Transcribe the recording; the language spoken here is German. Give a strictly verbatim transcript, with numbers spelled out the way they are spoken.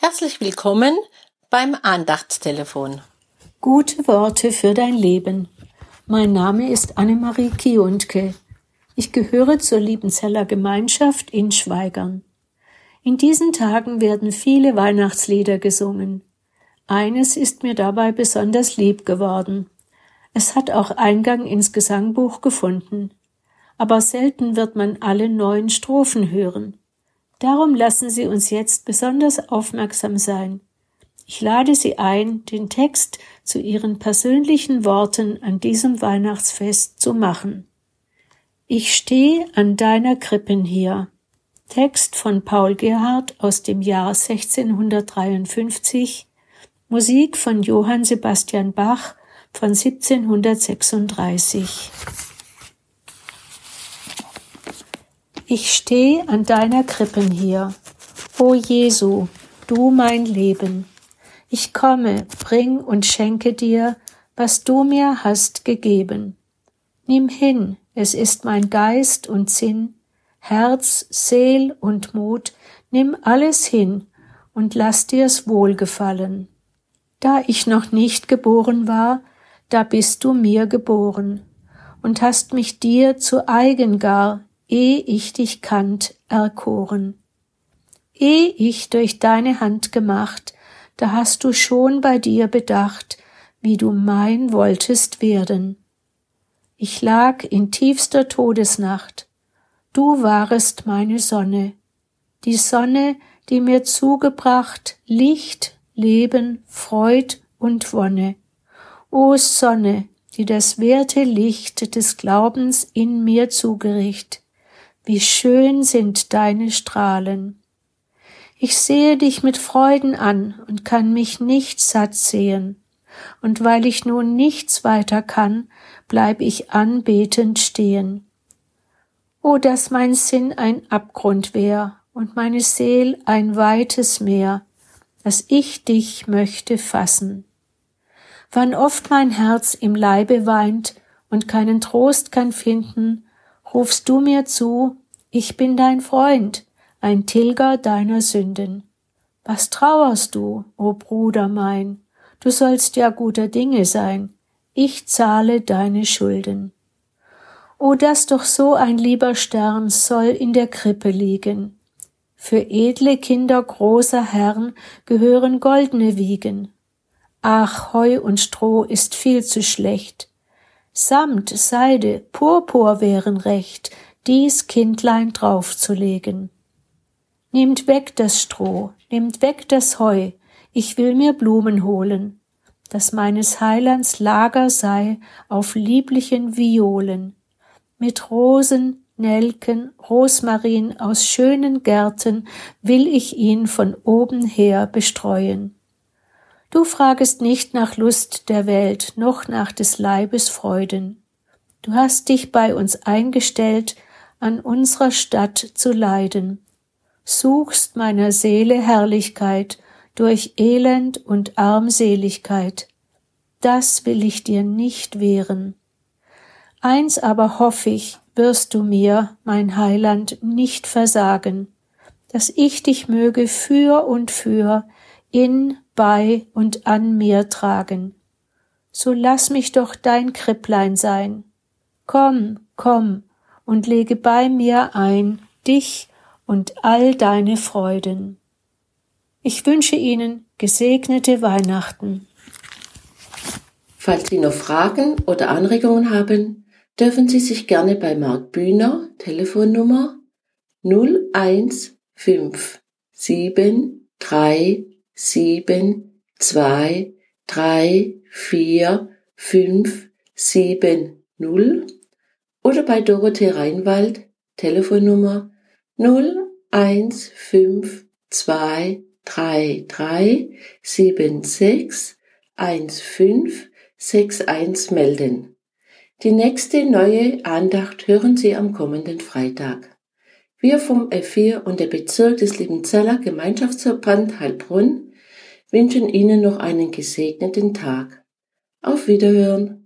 Herzlich willkommen beim Andachtstelefon. Gute Worte für dein Leben. Mein Name ist Annemarie Kiontke. Ich gehöre zur Liebenzeller Gemeinschaft in Schweigern. In diesen Tagen werden viele Weihnachtslieder gesungen. Eines ist mir dabei besonders lieb geworden. Es hat auch Eingang ins Gesangbuch gefunden. Aber selten wird man alle neun Strophen hören. Darum lassen Sie uns jetzt besonders aufmerksam sein. Ich lade Sie ein, den Text zu Ihren persönlichen Worten an diesem Weihnachtsfest zu machen. Ich stehe an deiner Krippen hier. Text von Paul Gerhardt aus dem Jahr sechzehnhundertdreiundfünfzig, Musik von Johann Sebastian Bach von siebzehnhundertsechsunddreißig. Ich steh an deiner Krippen hier, o Jesu, du mein Leben. Ich komme, bring und schenke dir, was du mir hast gegeben. Nimm hin, es ist mein Geist und Sinn, Herz, Seel und Mut, nimm alles hin und lass dir's wohlgefallen. Da ich noch nicht geboren war, da bist du mir geboren und hast mich dir zu eigen gar, eh ich dich kannt, erkoren. Eh ich durch deine Hand gemacht, da hast du schon bei dir bedacht, wie du mein wolltest werden. Ich lag in tiefster Todesnacht, du warest meine Sonne, die Sonne, die mir zugebracht Licht, Leben, Freud und Wonne. O Sonne, die das werte Licht des Glaubens in mir zugericht, wie schön sind deine Strahlen. Ich sehe dich mit Freuden an und kann mich nicht satt sehen. Und weil ich nun nichts weiter kann, bleib ich anbetend stehen. O, dass mein Sinn ein Abgrund wär und meine Seel ein weites Meer, dass ich dich möchte fassen. Wann oft mein Herz im Leibe weint und keinen Trost kann finden, rufst du mir zu, ich bin dein Freund, ein Tilger deiner Sünden. Was trauerst du, o Bruder mein? Du sollst ja guter Dinge sein, ich zahle deine Schulden. O, dass doch so ein lieber Stern soll in der Krippe liegen. Für edle Kinder großer Herren gehören goldene Wiegen. Ach, Heu und Stroh ist viel zu schlecht. Samt, Seide, Purpur wären recht, dies Kindlein draufzulegen. Nehmt weg das Stroh, nehmt weg das Heu, ich will mir Blumen holen, dass meines Heilands Lager sei auf lieblichen Violen. Mit Rosen, Nelken, Rosmarin aus schönen Gärten will ich ihn von oben her bestreuen. Du fragest nicht nach Lust der Welt, noch nach des Leibes Freuden. Du hast dich bei uns eingestellt, an unserer Stadt zu leiden, suchst meiner Seele Herrlichkeit durch Elend und Armseligkeit. Das will ich dir nicht wehren. Eins aber hoff ich, wirst du mir, mein Heiland, nicht versagen, dass ich dich möge für und für in, bei und an mir tragen. So lass mich doch dein Kripplein sein. Komm, komm und lege bei mir ein dich und all deine Freuden. Ich wünsche Ihnen gesegnete Weihnachten. Falls Sie noch Fragen oder Anregungen haben, dürfen Sie sich gerne bei Marc Bühner, Telefonnummer null eins fünf sieben drei sieben zwei drei vier fünf sieben null oder bei Dorothee Reinwald, Telefonnummer null eins fünf zwei drei drei sieben sechs eins fünf sechs eins melden. Die nächste neue Andacht hören Sie am kommenden Freitag. Wir vom F vier und der Bezirk des Liebenzeller Gemeinschaftsverband Heilbronn wünschen Ihnen noch einen gesegneten Tag. Auf Wiederhören!